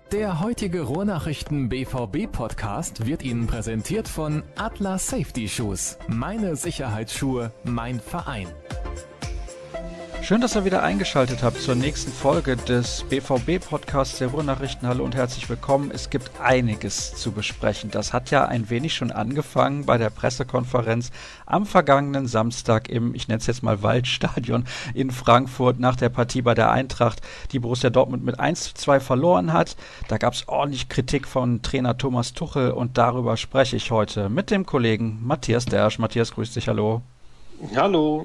Der heutige Ruhrnachrichten BVB-Podcast wird Ihnen präsentiert von Adler Safety Shoes. Meine Sicherheitsschuhe, mein Verein. Schön, dass ihr wieder eingeschaltet habt zur nächsten Folge des BVB-Podcasts der Ruhrnachrichten. Hallo und herzlich willkommen. Es gibt einiges zu besprechen. Das hat ja ein wenig schon angefangen bei der Pressekonferenz am vergangenen Samstag im, ich nenne es jetzt mal Waldstadion in Frankfurt nach der Partie bei der Eintracht, die Borussia Dortmund mit 1:2 verloren hat. Da gab es ordentlich Kritik von Trainer Thomas Tuchel und darüber spreche ich heute mit dem Kollegen Matthias Dersch. Matthias, grüß dich, hallo. Hallo.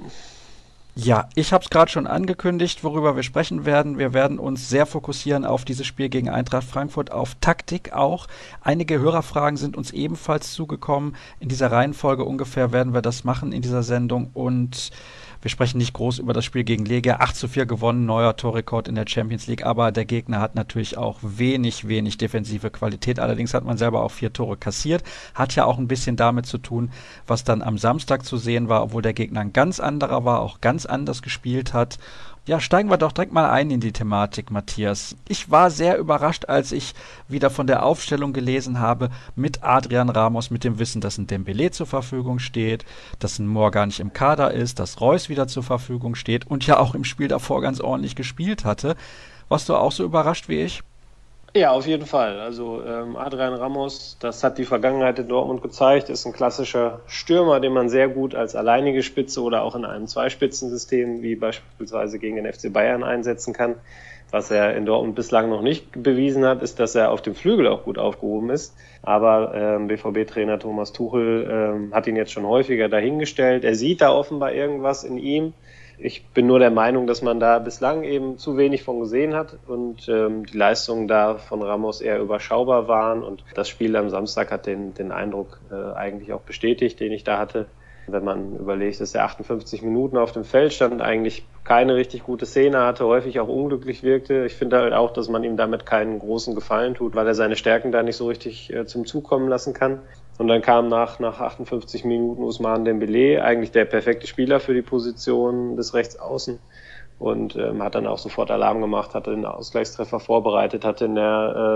Ja, ich habe es gerade schon angekündigt, worüber wir sprechen werden. Wir werden uns sehr fokussieren auf dieses Spiel gegen Eintracht Frankfurt, auf Taktik auch. Einige Hörerfragen sind uns ebenfalls zugekommen. In dieser Reihenfolge ungefähr werden wir das machen in dieser Sendung und wir sprechen nicht groß über das Spiel gegen Legia. 8:4 gewonnen, neuer Torrekord in der Champions League, aber der Gegner hat natürlich auch wenig defensive Qualität. Allerdings hat man selber auch 4 Tore kassiert. Hat ja auch ein bisschen damit zu tun, was dann am Samstag zu sehen war, obwohl der Gegner ein ganz anderer war, auch ganz anders gespielt hat. Ja, steigen wir doch direkt mal ein in die Thematik, Matthias. Ich war sehr überrascht, als ich wieder von der Aufstellung gelesen habe mit Adrian Ramos, mit dem Wissen, dass ein Dembélé zur Verfügung steht, dass ein Mohr gar nicht im Kader ist, dass Reus wieder zur Verfügung steht und ja auch im Spiel davor ganz ordentlich gespielt hatte. Warst du auch so überrascht wie ich? Ja, auf jeden Fall. Also Adrian Ramos, das hat die Vergangenheit in Dortmund gezeigt, ist ein klassischer Stürmer, den man sehr gut als alleinige Spitze oder auch in einem Zweispitzensystem wie beispielsweise gegen den FC Bayern einsetzen kann. Was er in Dortmund bislang noch nicht bewiesen hat, ist, dass er auf dem Flügel auch gut aufgehoben ist. Aber BVB-Trainer Thomas Tuchel hat ihn jetzt schon häufiger dahingestellt. Er sieht da offenbar irgendwas in ihm. Ich bin nur der Meinung, dass man da bislang eben zu wenig von gesehen hat und die Leistungen da von Ramos eher überschaubar waren. Und das Spiel am Samstag hat den Eindruck eigentlich auch bestätigt, den ich da hatte. Wenn man überlegt, dass er 58 Minuten auf dem Feld stand, eigentlich keine richtig gute Szene hatte, häufig auch unglücklich wirkte. Ich finde halt auch, dass man ihm damit keinen großen Gefallen tut, weil er seine Stärken da nicht so richtig zum Zug kommen lassen kann. Und dann kam nach 58 Minuten Ousmane Dembélé, eigentlich der perfekte Spieler für die Position des Rechtsaußen. Und hat dann auch sofort Alarm gemacht, hatte den Ausgleichstreffer vorbereitet, hatte in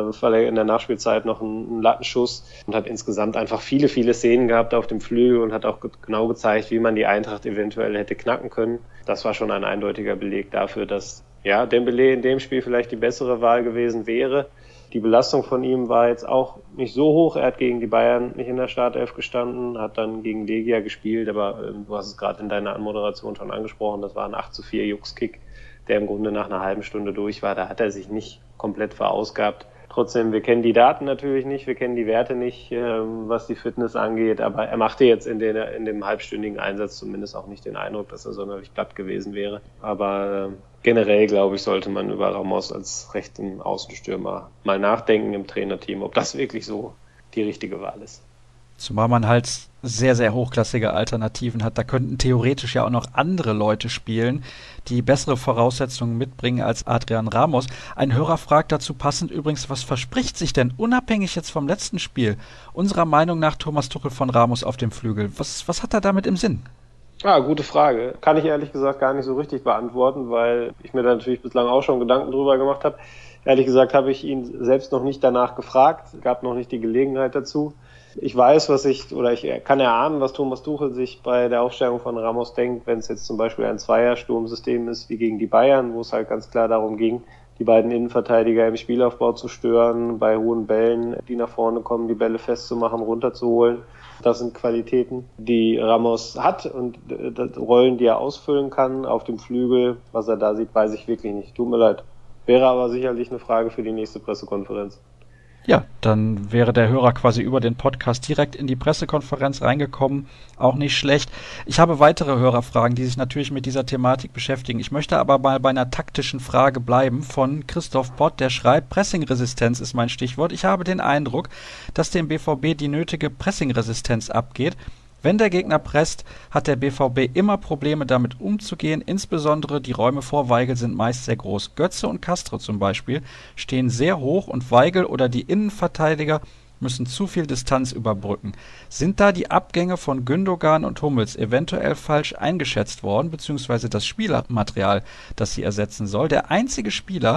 der Nachspielzeit noch einen Lattenschuss und hat insgesamt einfach viele Szenen gehabt auf dem Flügel und hat auch genau gezeigt, wie man die Eintracht eventuell hätte knacken können. Das war schon ein eindeutiger Beleg dafür, dass Dembélé in dem Spiel vielleicht die bessere Wahl gewesen wäre. Die Belastung von ihm war jetzt auch nicht so hoch. Er hat gegen die Bayern nicht in der Startelf gestanden, hat dann gegen Legia gespielt, aber du hast es gerade in deiner Anmoderation schon angesprochen, das war ein 8:4 Juxkick, der im Grunde nach einer halben Stunde durch war. Da hat er sich nicht komplett verausgabt. Trotzdem, wir kennen die Daten natürlich nicht, wir kennen die Werte nicht, was die Fitness angeht, aber er machte jetzt in dem halbstündigen Einsatz zumindest auch nicht den Eindruck, dass er sonderlich platt gewesen wäre. Aber generell, glaube ich, sollte man über Ramos als rechten Außenstürmer mal nachdenken im Trainerteam, ob das wirklich so die richtige Wahl ist. Zumal man halt sehr hochklassige Alternativen hat. Da könnten theoretisch ja auch noch andere Leute spielen, die bessere Voraussetzungen mitbringen als Adrian Ramos. Ein Hörer fragt dazu passend übrigens, was verspricht sich denn unabhängig jetzt vom letzten Spiel unserer Meinung nach Thomas Tuchel von Ramos auf dem Flügel? Was hat er damit im Sinn? Gute Frage. Kann ich ehrlich gesagt gar nicht so richtig beantworten, weil ich mir da natürlich bislang auch schon Gedanken drüber gemacht habe. Ehrlich gesagt habe ich ihn selbst noch nicht danach gefragt, gab noch nicht die Gelegenheit dazu. Ich weiß, ich kann erahnen, was Thomas Tuchel sich bei der Aufstellung von Ramos denkt, wenn es jetzt zum Beispiel ein Zweiersturmsystem ist, wie gegen die Bayern, wo es halt ganz klar darum ging, die beiden Innenverteidiger im Spielaufbau zu stören, bei hohen Bällen, die nach vorne kommen, die Bälle festzumachen, runterzuholen. Das sind Qualitäten, die Ramos hat und Rollen, die er ausfüllen kann auf dem Flügel. Was er da sieht, weiß ich wirklich nicht. Tut mir leid. Wäre aber sicherlich eine Frage für die nächste Pressekonferenz. Ja, dann wäre der Hörer quasi über den Podcast direkt in die Pressekonferenz reingekommen. Auch nicht schlecht. Ich habe weitere Hörerfragen, die sich natürlich mit dieser Thematik beschäftigen. Ich möchte aber mal bei einer taktischen Frage bleiben von Christoph Pott, der schreibt, Pressingresistenz ist mein Stichwort. Ich habe den Eindruck, dass dem BVB die nötige Pressingresistenz abgeht. Wenn der Gegner presst, hat der BVB immer Probleme damit umzugehen, insbesondere die Räume vor Weigl sind meist sehr groß. Götze und Castro zum Beispiel stehen sehr hoch und Weigl oder die Innenverteidiger müssen zu viel Distanz überbrücken. Sind da die Abgänge von Gündogan und Hummels eventuell falsch eingeschätzt worden, beziehungsweise das Spielermaterial, das sie ersetzen soll? Der einzige Spieler,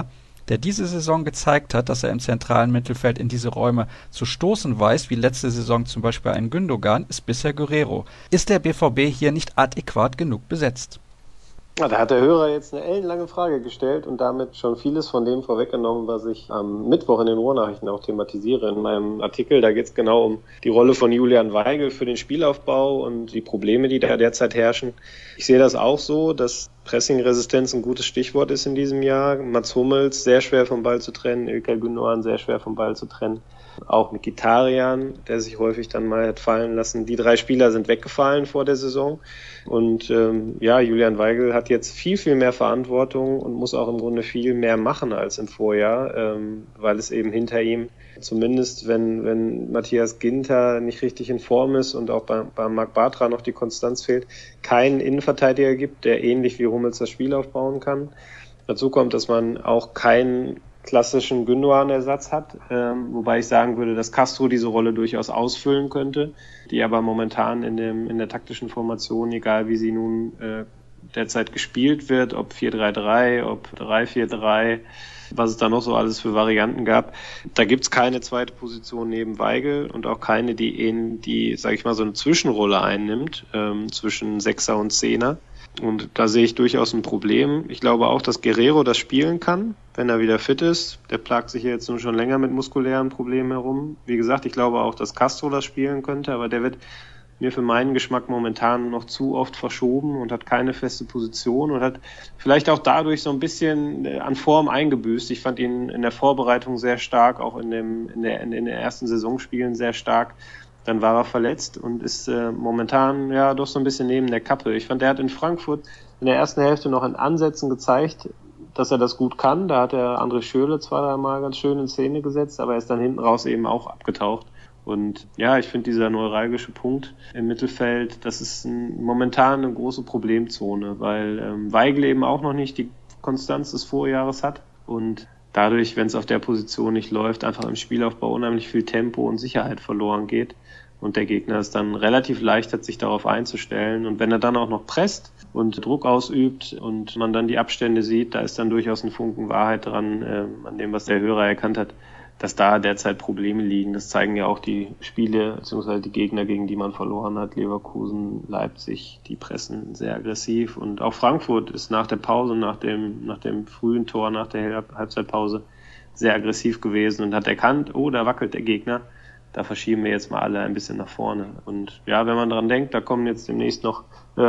der diese Saison gezeigt hat, dass er im zentralen Mittelfeld in diese Räume zu stoßen weiß, wie letzte Saison zum Beispiel ein Gündogan, ist bisher Guerreiro. Ist der BVB hier nicht adäquat genug besetzt? Ja, da hat der Hörer jetzt eine ellenlange Frage gestellt und damit schon vieles von dem vorweggenommen, was ich am Mittwoch in den Ruhrnachrichten auch thematisiere. In meinem Artikel, da geht es genau um die Rolle von Julian Weigl für den Spielaufbau und die Probleme, die da derzeit herrschen. Ich sehe das auch so, dass Pressing-Resistenz ein gutes Stichwort ist in diesem Jahr. Mats Hummels sehr schwer vom Ball zu trennen, İlkay Gündoğan sehr schwer vom Ball zu trennen. Auch Mkhitaryan, der sich häufig dann mal hat fallen lassen. Die 3 Spieler sind weggefallen vor der Saison. Und Julian Weigl hat jetzt viel, viel mehr Verantwortung und muss auch im Grunde viel mehr machen als im Vorjahr, weil es eben hinter ihm, zumindest wenn Matthias Ginter nicht richtig in Form ist und auch bei Marc Bartra noch die Konstanz fehlt, keinen Innenverteidiger gibt, der ähnlich wie Hummels das Spiel aufbauen kann. Dazu kommt, dass man auch keinen klassischen Gündoğan-Ersatz hat, wobei ich sagen würde, dass Castro diese Rolle durchaus ausfüllen könnte, die aber momentan in der taktischen Formation, egal wie sie nun derzeit gespielt wird, ob 4-3-3, ob 3-4-3, was es da noch so alles für Varianten gab, da gibt's keine zweite Position neben Weigl und auch keine, die sage ich mal, so eine Zwischenrolle einnimmt, zwischen Sechser und Zehner. Und da sehe ich durchaus ein Problem. Ich glaube auch, dass Guerreiro das spielen kann, wenn er wieder fit ist. Der plagt sich ja jetzt nun schon länger mit muskulären Problemen herum. Wie gesagt, ich glaube auch, dass Castro das spielen könnte, aber der wird mir für meinen Geschmack momentan noch zu oft verschoben und hat keine feste Position und hat vielleicht auch dadurch so ein bisschen an Form eingebüßt. Ich fand ihn in der Vorbereitung sehr stark, auch in den ersten Saisonspielen sehr stark. Dann war er verletzt und ist momentan ja doch so ein bisschen neben der Kappe. Ich fand, er hat in Frankfurt in der ersten Hälfte noch in Ansätzen gezeigt, dass er das gut kann. Da hat er André Schürrle 2-3 Mal ganz schön in Szene gesetzt, aber er ist dann hinten raus eben auch abgetaucht. Und ja, ich finde dieser neuralgische Punkt im Mittelfeld, das ist momentan eine große Problemzone, weil Weigl eben auch noch nicht die Konstanz des Vorjahres hat und dadurch, wenn es auf der Position nicht läuft, einfach im Spielaufbau unheimlich viel Tempo und Sicherheit verloren geht. Und der Gegner es dann relativ leicht hat, sich darauf einzustellen. Und wenn er dann auch noch presst und Druck ausübt und man dann die Abstände sieht, da ist dann durchaus ein Funken Wahrheit dran, an dem, was der Hörer erkannt hat, dass da derzeit Probleme liegen. Das zeigen ja auch die Spiele bzw. die Gegner, gegen die man verloren hat. Leverkusen, Leipzig, die pressen sehr aggressiv. Und auch Frankfurt ist nach der Pause, nach dem frühen Tor, nach der Halbzeitpause sehr aggressiv gewesen und hat erkannt, oh, da wackelt der Gegner. Da verschieben wir jetzt mal alle ein bisschen nach vorne. Und ja, wenn man dran denkt, da kommt jetzt noch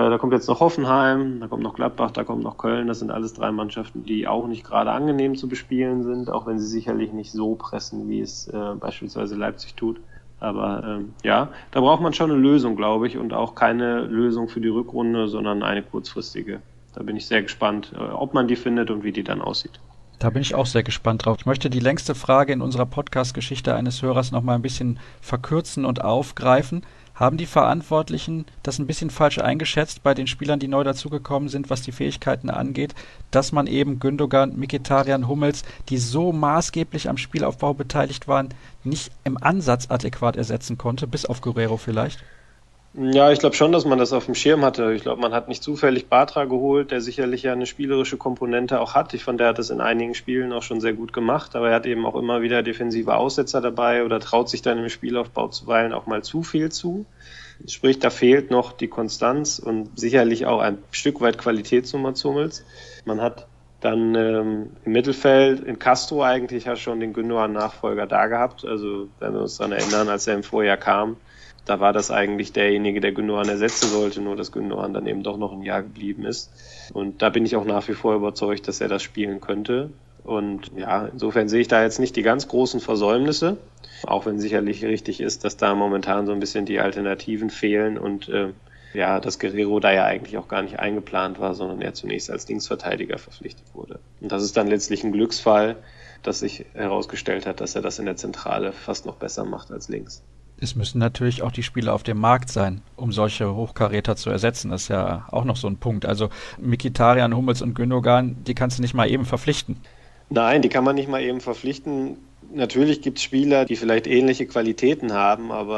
Hoffenheim, da kommt noch Gladbach, da kommt noch Köln. Das sind alles 3 Mannschaften, die auch nicht gerade angenehm zu bespielen sind, auch wenn sie sicherlich nicht so pressen, wie es beispielsweise Leipzig tut. Aber da braucht man schon eine Lösung, glaube ich, und auch keine Lösung für die Rückrunde, sondern eine kurzfristige. Da bin ich sehr gespannt, ob man die findet und wie die dann aussieht. Da bin ich auch sehr gespannt drauf. Ich möchte die längste Frage in unserer Podcast-Geschichte eines Hörers noch mal ein bisschen verkürzen und aufgreifen. Haben die Verantwortlichen das ein bisschen falsch eingeschätzt bei den Spielern, die neu dazugekommen sind, was die Fähigkeiten angeht, dass man eben Gündoğan, Mkhitaryan, Hummels, die so maßgeblich am Spielaufbau beteiligt waren, nicht im Ansatz adäquat ersetzen konnte, bis auf Guerreiro vielleicht? Ja, ich glaube schon, dass man das auf dem Schirm hatte. Ich glaube, man hat nicht zufällig Bartra geholt, der sicherlich ja eine spielerische Komponente auch hat. Ich fand, der hat das in einigen Spielen auch schon sehr gut gemacht, aber er hat eben auch immer wieder defensive Aussetzer dabei oder traut sich dann im Spielaufbau zuweilen auch mal zu viel zu. Sprich, da fehlt noch die Konstanz und sicherlich auch ein Stück weit Qualität zu Mats Hummels. Man hat dann im Mittelfeld in Castro eigentlich ja schon den Gündoğan-Nachfolger da gehabt. Also wenn wir uns daran erinnern, als er im Vorjahr kam, da war das eigentlich derjenige, der Gündoğan ersetzen sollte, nur dass Gündoğan dann eben doch noch ein Jahr geblieben ist. Und da bin ich auch nach wie vor überzeugt, dass er das spielen könnte. Und ja, insofern sehe ich da jetzt nicht die ganz großen Versäumnisse, auch wenn sicherlich richtig ist, dass da momentan so ein bisschen die Alternativen fehlen und dass Guerreiro da ja eigentlich auch gar nicht eingeplant war, sondern er zunächst als Linksverteidiger verpflichtet wurde. Und das ist dann letztlich ein Glücksfall, dass sich herausgestellt hat, dass er das in der Zentrale fast noch besser macht als links. Es müssen natürlich auch die Spieler auf dem Markt sein, um solche Hochkaräter zu ersetzen. Das ist ja auch noch so ein Punkt. Also Mkhitaryan, Hummels und Gündoğan, die kannst du nicht mal eben verpflichten. Nein, die kann man nicht mal eben verpflichten. Natürlich gibt es Spieler, die vielleicht ähnliche Qualitäten haben, aber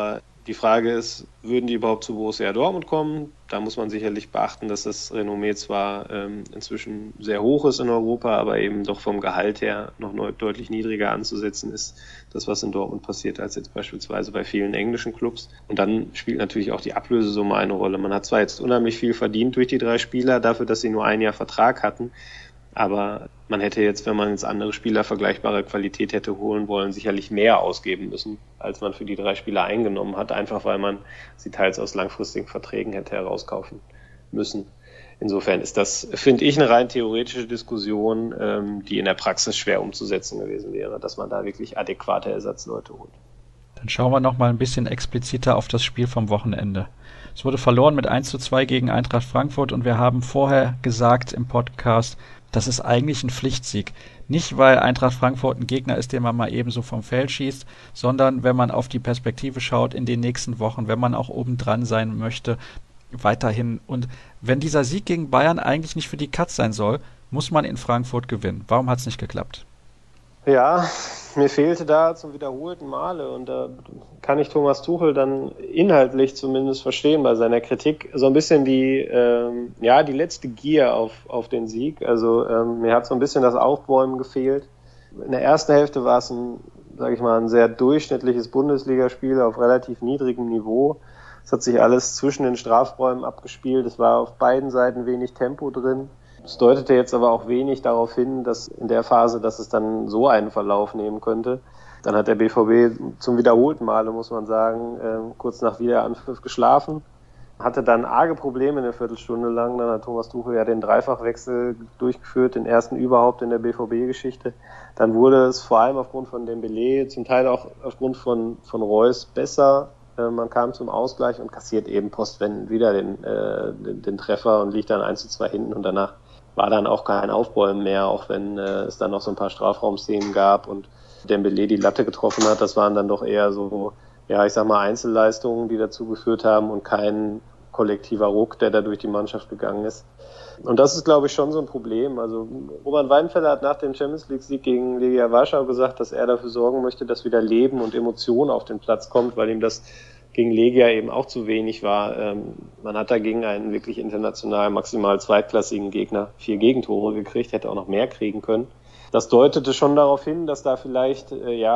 Die Frage ist, würden die überhaupt zu Borussia Dortmund kommen? Da muss man sicherlich beachten, dass das Renommee zwar inzwischen sehr hoch ist in Europa, aber eben doch vom Gehalt her noch deutlich niedriger anzusetzen ist, das, was in Dortmund passiert, als jetzt beispielsweise bei vielen englischen Clubs. Und dann spielt natürlich auch die Ablösesumme eine Rolle. Man hat zwar jetzt unheimlich viel verdient durch die 3 Spieler, dafür, dass sie nur ein Jahr Vertrag hatten, aber man hätte jetzt, wenn man jetzt andere Spieler vergleichbare Qualität hätte holen wollen, sicherlich mehr ausgeben müssen, als man für die 3 Spieler eingenommen hat, einfach weil man sie teils aus langfristigen Verträgen hätte herauskaufen müssen. Insofern ist das, finde ich, eine rein theoretische Diskussion, die in der Praxis schwer umzusetzen gewesen wäre, dass man da wirklich adäquate Ersatzleute holt. Dann schauen wir noch mal ein bisschen expliziter auf das Spiel vom Wochenende. Es wurde verloren mit 1:2 gegen Eintracht Frankfurt und wir haben vorher gesagt im Podcast, das ist eigentlich ein Pflichtsieg. Nicht, weil Eintracht Frankfurt ein Gegner ist, den man mal ebenso vom Feld schießt, sondern wenn man auf die Perspektive schaut in den nächsten Wochen, wenn man auch obendran sein möchte, weiterhin. Und wenn dieser Sieg gegen Bayern eigentlich nicht für die Katz sein soll, muss man in Frankfurt gewinnen. Warum hat es nicht geklappt? Ja, mir fehlte da zum wiederholten Male und da kann ich Thomas Tuchel dann inhaltlich zumindest verstehen bei seiner Kritik so ein bisschen die letzte Gier auf den Sieg. Also mir hat so ein bisschen das Aufbäumen gefehlt. In der ersten Hälfte war es ein sehr durchschnittliches Bundesligaspiel auf relativ niedrigem Niveau. Es hat sich alles zwischen den Strafräumen abgespielt. Es war auf beiden Seiten wenig Tempo drin. Es deutete jetzt aber auch wenig darauf hin, dass in der Phase, dass es dann so einen Verlauf nehmen könnte. Dann hat der BVB zum wiederholten Male, muss man sagen, kurz nach Wiederanpfiff geschlafen. Hatte dann arge Probleme eine Viertelstunde lang. Dann hat Thomas Tuchel ja den Dreifachwechsel durchgeführt, den ersten überhaupt in der BVB-Geschichte. Dann wurde es vor allem aufgrund von Dembélé, zum Teil auch aufgrund von Reus besser. Man kam zum Ausgleich und kassiert eben postwendend wieder den Treffer und liegt dann 1:2 hinten und danach war dann auch kein Aufbäumen mehr, auch wenn es dann noch so ein paar Strafraumszenen gab und Dembélé die Latte getroffen hat. Das waren dann doch eher so, Einzelleistungen, die dazu geführt haben und kein kollektiver Ruck, der da durch die Mannschaft gegangen ist. Und das ist, glaube ich, schon so ein Problem. Also Roman Weidenfeller hat nach dem Champions-League-Sieg gegen Legia Warschau gesagt, dass er dafür sorgen möchte, dass wieder Leben und Emotion auf den Platz kommt, weil ihm das gegen Legia eben auch zu wenig war. Man hat dagegen einen wirklich international maximal zweitklassigen Gegner 4 Gegentore gekriegt, hätte auch noch mehr kriegen können. Das deutete schon darauf hin, dass da vielleicht,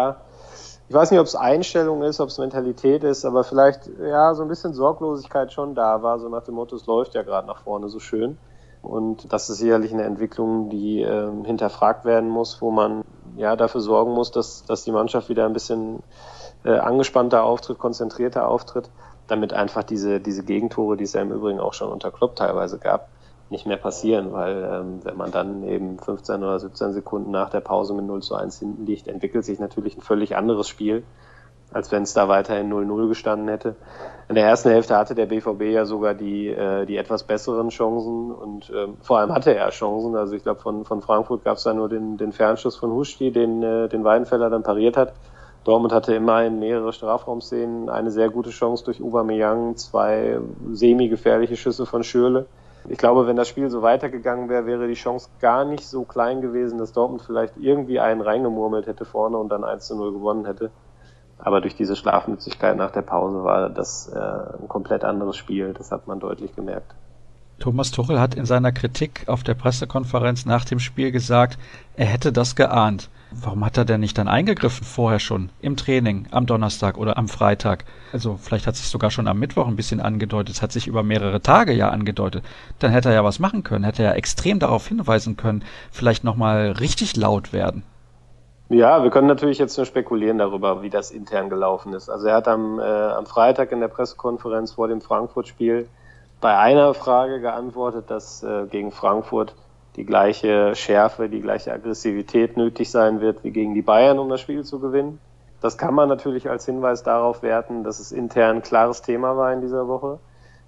ich weiß nicht, ob es Einstellung ist, ob es Mentalität ist, aber vielleicht, so ein bisschen Sorglosigkeit schon da war, so nach dem Motto, es läuft ja gerade nach vorne so schön. Und das ist sicherlich eine Entwicklung, die hinterfragt werden muss, wo man dafür sorgen muss, dass die Mannschaft wieder ein bisschen angespannter auftritt, konzentrierter auftritt, damit einfach diese Gegentore, die es ja im Übrigen auch schon unter Klopp teilweise gab, nicht mehr passieren, weil wenn man dann eben 15 oder 17 Sekunden nach der Pause mit 0:1 hinten liegt, entwickelt sich natürlich ein völlig anderes Spiel, als wenn es da weiterhin 0:0 gestanden hätte. In der ersten Hälfte hatte der BVB ja sogar die etwas besseren Chancen und vor allem hatte er Chancen. Also ich glaube, von Frankfurt gab es da nur den Fernschuss von Huschti, den Weidenfeller dann pariert hat. Dortmund hatte immerhin mehrere Strafraumszenen, eine sehr gute Chance durch Aubameyang, 2 semi-gefährliche Schüsse von Schürrle. Ich glaube, wenn das Spiel so weitergegangen wäre, wäre die Chance gar nicht so klein gewesen, dass Dortmund vielleicht irgendwie einen reingemurmelt hätte vorne und dann 1:0 gewonnen hätte. Aber durch diese Schlafmützigkeit nach der Pause war das ein komplett anderes Spiel. Das hat man deutlich gemerkt. Thomas Tuchel hat in seiner Kritik auf der Pressekonferenz nach dem Spiel gesagt, er hätte das geahnt. Warum hat er denn nicht dann eingegriffen vorher schon, im Training, am Donnerstag oder am Freitag? Also vielleicht hat sich sogar schon am Mittwoch ein bisschen angedeutet, es hat sich über mehrere Tage ja angedeutet. Dann hätte er ja was machen können, hätte er ja extrem darauf hinweisen können, vielleicht nochmal richtig laut werden. Ja, wir können natürlich jetzt nur spekulieren darüber, wie das intern gelaufen ist. Also er hat am Freitag in der Pressekonferenz vor dem Frankfurt-Spiel bei einer Frage geantwortet, dass gegen Frankfurt die gleiche Schärfe, die gleiche Aggressivität nötig sein wird wie gegen die Bayern, um das Spiel zu gewinnen. Das kann man natürlich als Hinweis darauf werten, dass es intern ein klares Thema war in dieser Woche.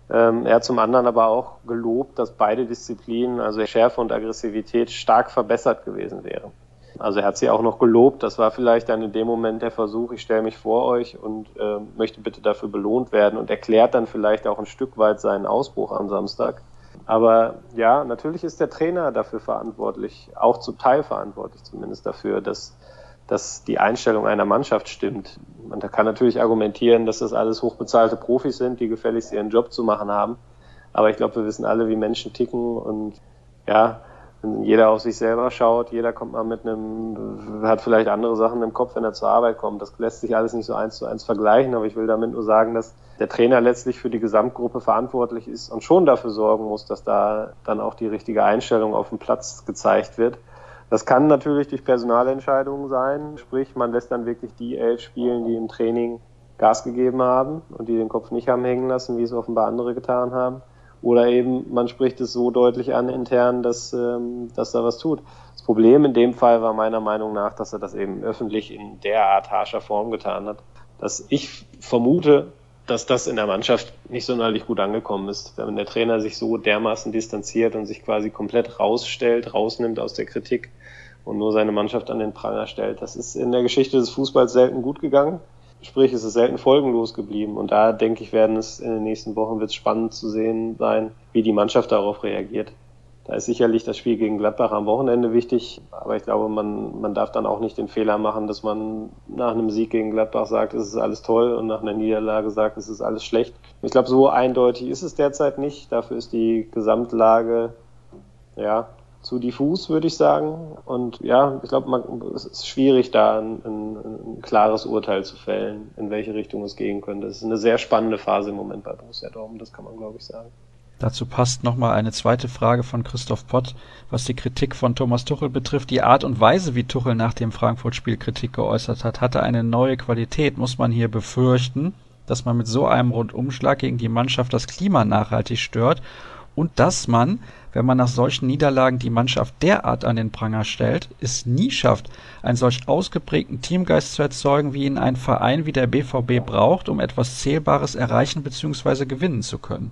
Er hat zum anderen aber auch gelobt, dass beide Disziplinen, also Schärfe und Aggressivität, stark verbessert gewesen wären. Also er hat sie auch noch gelobt, das war vielleicht dann in dem Moment der Versuch, ich stelle mich vor euch und möchte bitte dafür belohnt werden und erklärt dann vielleicht auch ein Stück weit seinen Ausbruch am Samstag. Aber ja, natürlich ist der Trainer dafür verantwortlich, auch zum Teil verantwortlich zumindest dafür, dass dass die Einstellung einer Mannschaft stimmt. Man kann natürlich argumentieren, dass das alles hochbezahlte Profis sind, die gefälligst ihren Job zu machen haben. Aber ich glaube, wir wissen alle, wie Menschen ticken und ja, wenn jeder auf sich selber schaut, jeder kommt mal hat vielleicht andere Sachen im Kopf, wenn er zur Arbeit kommt. Das lässt sich alles nicht so 1:1 vergleichen, aber ich will damit nur sagen, dass der Trainer letztlich für die Gesamtgruppe verantwortlich ist und schon dafür sorgen muss, dass da dann auch die richtige Einstellung auf dem Platz gezeigt wird. Das kann natürlich durch Personalentscheidungen sein, sprich man lässt dann wirklich die 11 spielen, die im Training Gas gegeben haben und die den Kopf nicht haben hängen lassen, wie es offenbar andere getan haben. Oder eben man spricht es so deutlich an intern, dass da was tut. Das Problem in dem Fall war meiner Meinung nach, dass er das eben öffentlich in derart harscher Form getan hat, dass ich vermute, dass das in der Mannschaft nicht sonderlich gut angekommen ist. Wenn der Trainer sich so dermaßen distanziert und sich quasi komplett rausnimmt aus der Kritik und nur seine Mannschaft an den Pranger stellt. Das ist in der Geschichte des Fußballs selten gut gegangen. Sprich, es ist selten folgenlos geblieben. Und da, denke ich, wird es in den nächsten Wochen spannend zu sehen sein, wie die Mannschaft darauf reagiert. Da ist sicherlich das Spiel gegen Gladbach am Wochenende wichtig, aber ich glaube, man darf dann auch nicht den Fehler machen, dass man nach einem Sieg gegen Gladbach sagt, es ist alles toll und nach einer Niederlage sagt, es ist alles schlecht. Ich glaube, so eindeutig ist es derzeit nicht. Dafür ist die Gesamtlage zu diffus, würde ich sagen. Und ja, ich glaube, es ist schwierig, da ein klares Urteil zu fällen, in welche Richtung es gehen könnte. Es ist eine sehr spannende Phase im Moment bei Borussia Dortmund, das kann man, glaube ich, sagen. Dazu passt nochmal eine zweite Frage von Christoph Pott, was die Kritik von Thomas Tuchel betrifft. Die Art und Weise, wie Tuchel nach dem Frankfurt-Spiel Kritik geäußert hat, hatte eine neue Qualität. Muss man hier befürchten, dass man mit so einem Rundumschlag gegen die Mannschaft das Klima nachhaltig stört und dass man, wenn man nach solchen Niederlagen die Mannschaft derart an den Pranger stellt, es nie schafft, einen solch ausgeprägten Teamgeist zu erzeugen, wie ihn ein Verein wie der BVB braucht, um etwas Zählbares erreichen bzw. gewinnen zu können.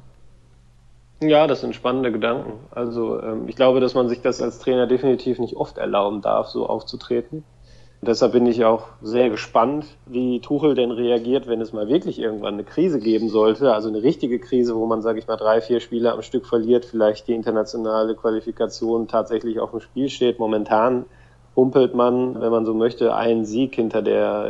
Ja, das sind spannende Gedanken. Also ich glaube, dass man sich das als Trainer definitiv nicht oft erlauben darf, so aufzutreten. Deshalb bin ich auch sehr gespannt, wie Tuchel denn reagiert, wenn es mal wirklich irgendwann eine Krise geben sollte. Also eine richtige Krise, wo man, 3-4 Spiele am Stück verliert, vielleicht die internationale Qualifikation tatsächlich auf dem Spiel steht. Momentan humpelt man, wenn man so möchte, einen Sieg hinter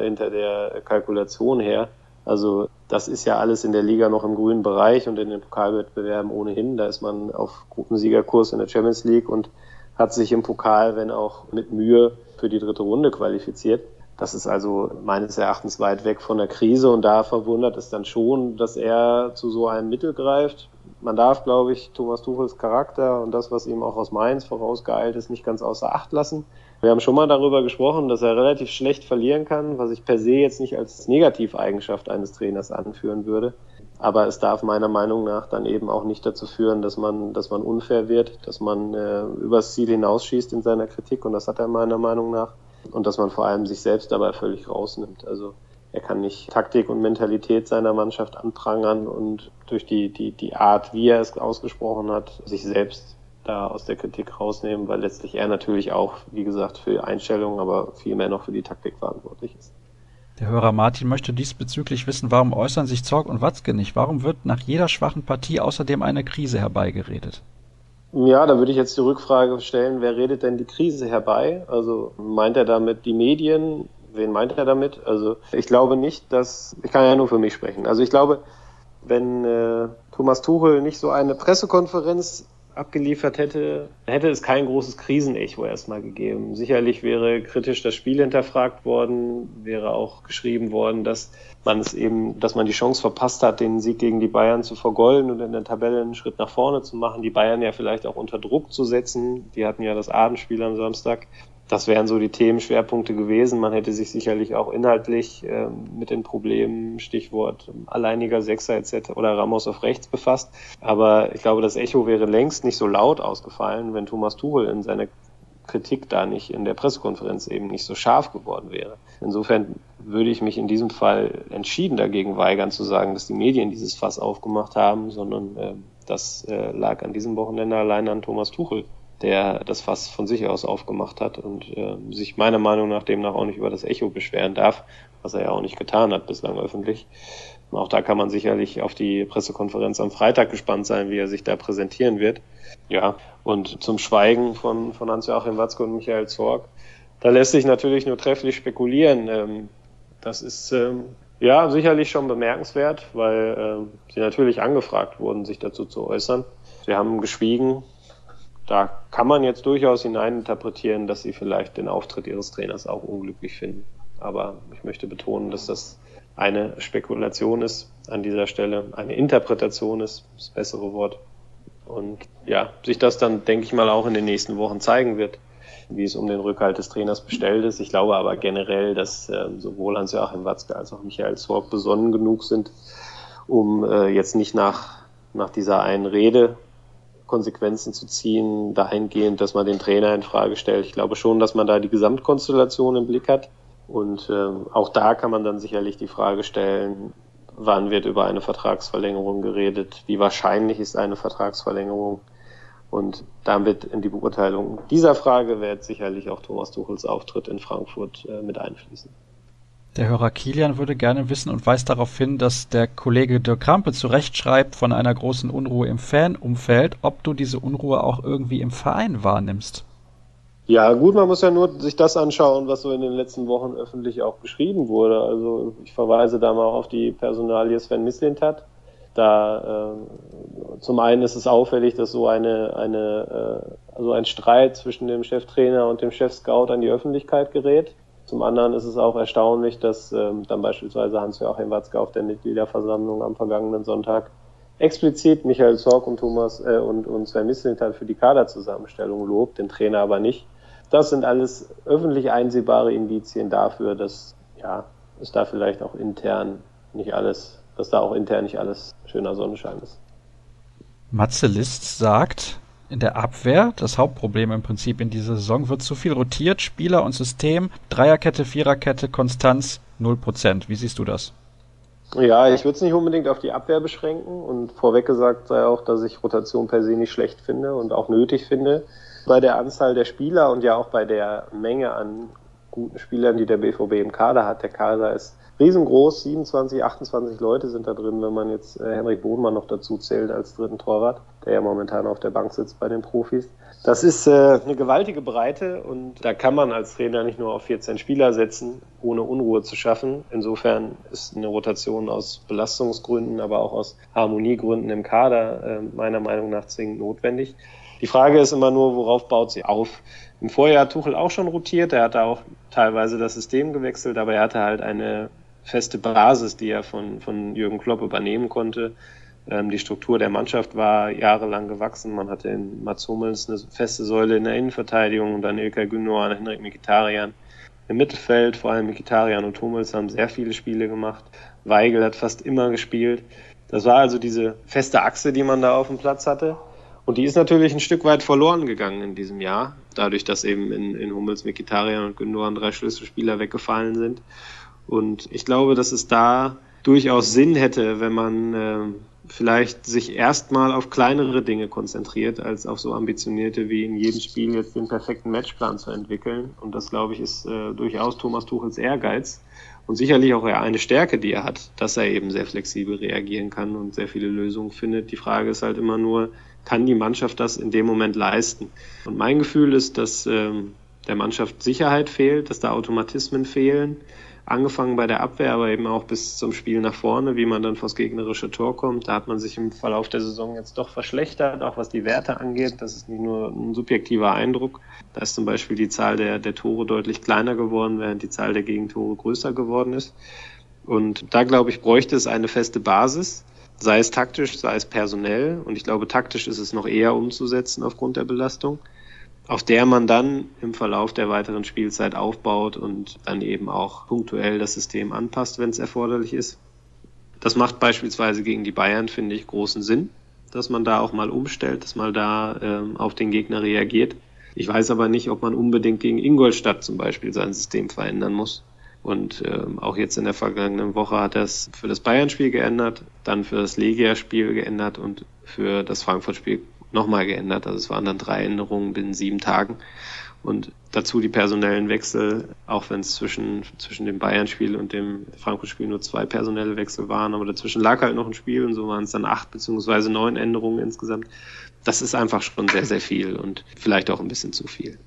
der Kalkulation her. Also das ist ja alles in der Liga noch im grünen Bereich und in den Pokalwettbewerben ohnehin. Da ist man auf Gruppensiegerkurs in der Champions League und hat sich im Pokal, wenn auch mit Mühe, für die 3. Runde qualifiziert. Das ist also meines Erachtens weit weg von der Krise und da verwundert es dann schon, dass er zu so einem Mittel greift. Man darf, glaube ich, Thomas Tuchels Charakter und das, was ihm auch aus Mainz vorausgeeilt ist, nicht ganz außer Acht lassen. Wir haben schon mal darüber gesprochen, dass er relativ schlecht verlieren kann, was ich per se jetzt nicht als Negativeigenschaft eines Trainers anführen würde. Aber es darf meiner Meinung nach dann eben auch nicht dazu führen, dass man unfair wird, dass man übers Ziel hinausschießt in seiner Kritik und das hat er meiner Meinung nach. Und dass man vor allem sich selbst dabei völlig rausnimmt. Also er kann nicht Taktik und Mentalität seiner Mannschaft anprangern und durch die Art, wie er es ausgesprochen hat, sich selbst da aus der Kritik rausnehmen, weil letztlich er natürlich auch, wie gesagt, für Einstellungen, aber vielmehr noch für die Taktik verantwortlich ist. Der Hörer Martin möchte diesbezüglich wissen, warum äußern sich Zorc und Watzke nicht? Warum wird nach jeder schwachen Partie außerdem eine Krise herbeigeredet? Ja, da würde ich jetzt die Rückfrage stellen, wer redet denn die Krise herbei? Also meint er damit die Medien? Wen meint er damit? Also ich glaube nicht, ich kann ja nur für mich sprechen. Also ich glaube, wenn Thomas Tuchel nicht so eine Pressekonferenz abgeliefert hätte es kein großes Krisenecho erstmal gegeben. Sicherlich wäre kritisch das Spiel hinterfragt worden, wäre auch geschrieben worden, dass man die Chance verpasst hat, den Sieg gegen die Bayern zu vergolden und in der Tabelle einen Schritt nach vorne zu machen, die Bayern ja vielleicht auch unter Druck zu setzen. Die hatten ja das Abendspiel am Samstag. Das wären so die Themenschwerpunkte gewesen. Man hätte sich sicherlich auch inhaltlich mit den Problemen, Stichwort alleiniger Sechser etc. oder Ramos auf rechts befasst. Aber ich glaube, das Echo wäre längst nicht so laut ausgefallen, wenn Thomas Tuchel in seiner Kritik da nicht in der Pressekonferenz eben nicht so scharf geworden wäre. Insofern würde ich mich in diesem Fall entschieden dagegen weigern zu sagen, dass die Medien dieses Fass aufgemacht haben, sondern das lag an diesem Wochenende allein an Thomas Tuchel, der das Fass von sich aus aufgemacht hat und sich meiner Meinung nach demnach auch nicht über das Echo beschweren darf, was er ja auch nicht getan hat bislang öffentlich. Auch da kann man sicherlich auf die Pressekonferenz am Freitag gespannt sein, wie er sich da präsentieren wird. Ja, und zum Schweigen von Hans-Joachim Watzke und Michael Zorc. Da lässt sich natürlich nur trefflich spekulieren. Das ist sicherlich schon bemerkenswert, weil sie natürlich angefragt wurden, sich dazu zu äußern. Sie haben geschwiegen. Da kann man jetzt durchaus hineininterpretieren, dass sie vielleicht den Auftritt ihres Trainers auch unglücklich finden. Aber ich möchte betonen, dass das eine Spekulation ist an dieser Stelle, eine Interpretation ist das bessere Wort. Und ja, sich das dann, denke ich mal, auch in den nächsten Wochen zeigen wird, wie es um den Rückhalt des Trainers bestellt ist. Ich glaube aber generell, dass sowohl Hans-Joachim Watzke als auch Michael Zorc besonnen genug sind, um jetzt nicht nach dieser einen Rede Konsequenzen zu ziehen, dahingehend, dass man den Trainer in Frage stellt. Ich glaube schon, dass man da die Gesamtkonstellation im Blick hat. Und auch da kann man dann sicherlich die Frage stellen, wann wird über eine Vertragsverlängerung geredet, wie wahrscheinlich ist eine Vertragsverlängerung. Und damit in die Beurteilung dieser Frage wird sicherlich auch Thomas Tuchels Auftritt in Frankfurt mit einfließen. Der Hörer Kilian würde gerne wissen und weist darauf hin, dass der Kollege Dirk Krampe zu Recht schreibt von einer großen Unruhe im Fanumfeld, ob du diese Unruhe auch irgendwie im Verein wahrnimmst. Ja gut, man muss ja nur sich das anschauen, was so in den letzten Wochen öffentlich auch beschrieben wurde. Also ich verweise da mal auf die Personalie Sven Mislintat. Da zum einen ist es auffällig, dass so ein Streit zwischen dem Cheftrainer und dem Chefscout an die Öffentlichkeit gerät. Zum anderen ist es auch erstaunlich, dass dann beispielsweise Hans-Joachim Watzke auf der Mitgliederversammlung am vergangenen Sonntag explizit Michael Zorc und Sven Mislintat für die Kaderzusammenstellung lobt, den Trainer aber nicht. Das sind alles öffentlich einsehbare Indizien dafür, dass es da vielleicht auch intern nicht alles schöner Sonnenschein ist. Matze List sagt, in der Abwehr, das Hauptproblem im Prinzip in dieser Saison, wird zu viel rotiert, Spieler und System, Dreierkette, Viererkette, Konstanz 0%. Wie siehst du das? Ja, ich würde es nicht unbedingt auf die Abwehr beschränken und vorweg gesagt sei auch, dass ich Rotation per se nicht schlecht finde und auch nötig finde. Bei der Anzahl der Spieler und ja auch bei der Menge an guten Spielern, die der BVB im Kader hat. Der Kader ist riesengroß, 27, 28 Leute sind da drin, wenn man jetzt Henrik Bohnmann noch dazu zählt als dritten Torwart, der ja momentan auf der Bank sitzt bei den Profis. Das ist eine gewaltige Breite und da kann man als Trainer nicht nur auf 14 Spieler setzen, ohne Unruhe zu schaffen. Insofern ist eine Rotation aus Belastungsgründen, aber auch aus Harmoniegründen im Kader meiner Meinung nach zwingend notwendig. Die Frage ist immer nur, worauf baut sie auf? Im Vorjahr hat Tuchel auch schon rotiert, er hatte auch teilweise das System gewechselt, aber er hatte halt eine feste Basis, die er von Jürgen Klopp übernehmen konnte. Die Struktur der Mannschaft war jahrelang gewachsen. Man hatte in Mats Hummels eine feste Säule in der Innenverteidigung und dann Ilkay Gündoğan, Henrik Mkhitaryan. Im Mittelfeld, vor allem Mkhitaryan und Hummels, haben sehr viele Spiele gemacht. Weigl hat fast immer gespielt. Das war also diese feste Achse, die man da auf dem Platz hatte. Und die ist natürlich ein Stück weit verloren gegangen in diesem Jahr, dadurch, dass eben in Hummels, Mkhitaryan und Gündoğan 3 Schlüsselspieler weggefallen sind. Und ich glaube, dass es da durchaus Sinn hätte, wenn man vielleicht sich erstmal auf kleinere Dinge konzentriert, als auf so ambitionierte wie in jedem Spiel jetzt den perfekten Matchplan zu entwickeln. Und das, glaube ich, ist durchaus Thomas Tuchels Ehrgeiz und sicherlich auch eine Stärke, die er hat, dass er eben sehr flexibel reagieren kann und sehr viele Lösungen findet. Die Frage ist halt immer nur, kann die Mannschaft das in dem Moment leisten? Und mein Gefühl ist, dass der Mannschaft Sicherheit fehlt, dass da Automatismen fehlen, angefangen bei der Abwehr, aber eben auch bis zum Spiel nach vorne, wie man dann vors gegnerische Tor kommt. Da hat man sich im Verlauf der Saison jetzt doch verschlechtert, auch was die Werte angeht. Das ist nicht nur ein subjektiver Eindruck. Da ist zum Beispiel die Zahl der Tore deutlich kleiner geworden, während die Zahl der Gegentore größer geworden ist. Und da, glaube ich, bräuchte es eine feste Basis, sei es taktisch, sei es personell. Und ich glaube, taktisch ist es noch eher umzusetzen aufgrund der Belastung, auf der man dann im Verlauf der weiteren Spielzeit aufbaut und dann eben auch punktuell das System anpasst, wenn es erforderlich ist. Das macht beispielsweise gegen die Bayern, finde ich, großen Sinn, dass man da auch mal umstellt, dass man da auf den Gegner reagiert. Ich weiß aber nicht, ob man unbedingt gegen Ingolstadt zum Beispiel sein System verändern muss. Und auch jetzt in der vergangenen Woche hat er es für das Bayern-Spiel geändert, dann für das Legia-Spiel geändert und für das Frankfurt-Spiel nochmal geändert. Also es waren dann 3 Änderungen binnen 7 Tagen. Und dazu die personellen Wechsel, auch wenn es zwischen dem Bayern-Spiel und dem Frankfurt-Spiel nur 2 personelle Wechsel waren, aber dazwischen lag halt noch ein Spiel und so waren es dann 8 bzw. 9 Änderungen insgesamt. Das ist einfach schon sehr, sehr viel und vielleicht auch ein bisschen zu viel.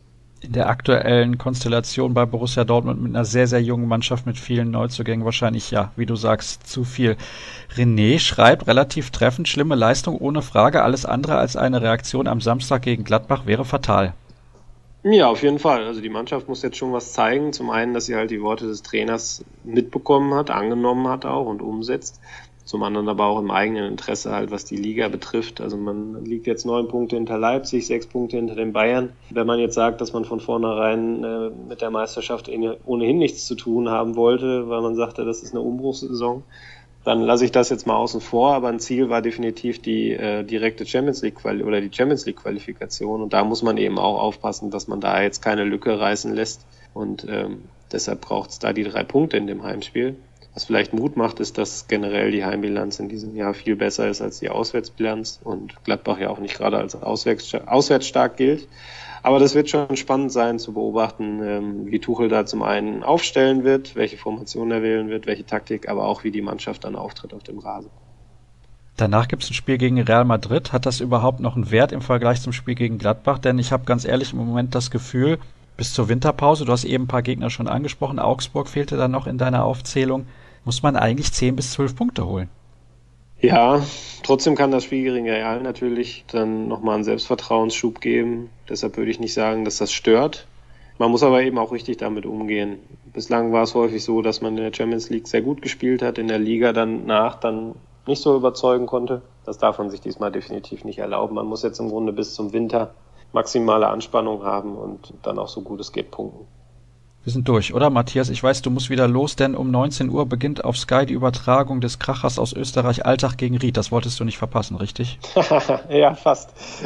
in der aktuellen Konstellation bei Borussia Dortmund mit einer sehr, sehr jungen Mannschaft mit vielen Neuzugängen wahrscheinlich, ja, wie du sagst, zu viel. René schreibt relativ treffend, schlimme Leistung ohne Frage, alles andere als eine Reaktion am Samstag gegen Gladbach wäre fatal. Ja, auf jeden Fall. Also die Mannschaft muss jetzt schon was zeigen. Zum einen, dass sie halt die Worte des Trainers mitbekommen hat, angenommen hat auch und umsetzt. Zum anderen aber auch im eigenen Interesse halt, was die Liga betrifft. Also man liegt jetzt 9 Punkte hinter Leipzig, 6 Punkte hinter den Bayern. Wenn man jetzt sagt, dass man von vornherein mit der Meisterschaft ohnehin nichts zu tun haben wollte, weil man sagte, das ist eine Umbruchssaison, dann lasse ich das jetzt mal außen vor. Aber ein Ziel war definitiv die direkte Champions League die Champions League Qualifikation. Und da muss man eben auch aufpassen, dass man da jetzt keine Lücke reißen lässt. Und deshalb braucht es da die 3 Punkte in dem Heimspiel. Was vielleicht Mut macht, ist, dass generell die Heimbilanz in diesem Jahr viel besser ist als die Auswärtsbilanz und Gladbach ja auch nicht gerade als auswärts stark gilt. Aber das wird schon spannend sein zu beobachten, wie Tuchel da zum einen aufstellen wird, welche Formation er wählen wird, welche Taktik, aber auch wie die Mannschaft dann auftritt auf dem Rasen. Danach gibt es ein Spiel gegen Real Madrid. Hat das überhaupt noch einen Wert im Vergleich zum Spiel gegen Gladbach? Denn ich habe ganz ehrlich im Moment das Gefühl, bis zur Winterpause, du hast eben ein paar Gegner schon angesprochen, Augsburg fehlte dann noch in deiner Aufzählung, muss man eigentlich 10 bis 12 Punkte holen. Ja, trotzdem kann das Spiel gegen Real natürlich dann nochmal einen Selbstvertrauensschub geben. Deshalb würde ich nicht sagen, dass das stört. Man muss aber eben auch richtig damit umgehen. Bislang war es häufig so, dass man in der Champions League sehr gut gespielt hat, in der Liga dann nicht so überzeugen konnte. Das darf man sich diesmal definitiv nicht erlauben. Man muss jetzt im Grunde bis zum Winter maximale Anspannung haben und dann auch so gut es geht punkten. Wir sind durch, oder Matthias? Ich weiß, du musst wieder los, denn um 19 Uhr beginnt auf Sky die Übertragung des Krachers aus Österreich, Altach gegen Ried. Das wolltest du nicht verpassen, richtig? Ja, fast.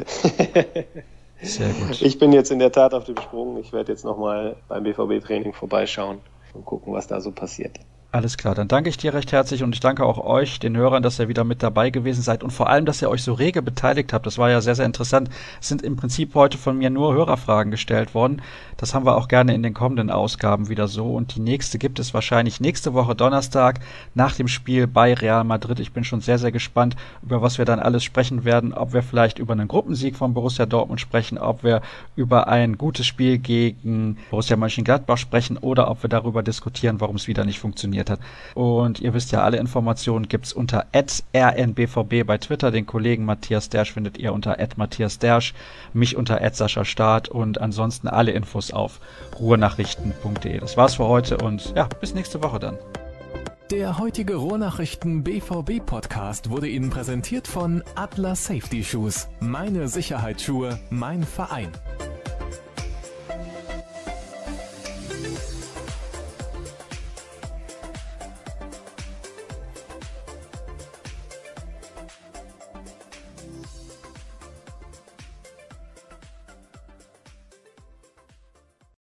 Sehr gut. Ich bin jetzt in der Tat auf dem Sprung. Ich werde jetzt nochmal beim BVB-Training vorbeischauen und gucken, was da so passiert. Alles klar, dann danke ich dir recht herzlich und ich danke auch euch, den Hörern, dass ihr wieder mit dabei gewesen seid und vor allem, dass ihr euch so rege beteiligt habt. Das war ja sehr, sehr interessant. Es sind im Prinzip heute von mir nur Hörerfragen gestellt worden. Das haben wir auch gerne in den kommenden Ausgaben wieder so und die nächste gibt es wahrscheinlich nächste Woche Donnerstag nach dem Spiel bei Real Madrid. Ich bin schon sehr, sehr gespannt, über was wir dann alles sprechen werden, ob wir vielleicht über einen Gruppensieg von Borussia Dortmund sprechen, ob wir über ein gutes Spiel gegen Borussia Mönchengladbach sprechen oder ob wir darüber diskutieren, warum es wieder nicht funktioniert hat. Und ihr wisst ja, alle Informationen gibt's unter @rnbvb bei Twitter. Den Kollegen Matthias Dersch findet ihr unter @matthiasdersch, mich unter @saschastart und ansonsten alle Infos auf ruhrnachrichten.de. Das war's für heute und ja, bis nächste Woche dann. Der heutige Ruhrnachrichten BVB Podcast wurde Ihnen präsentiert von Adler Safety Shoes. Meine Sicherheitsschuhe, mein Verein.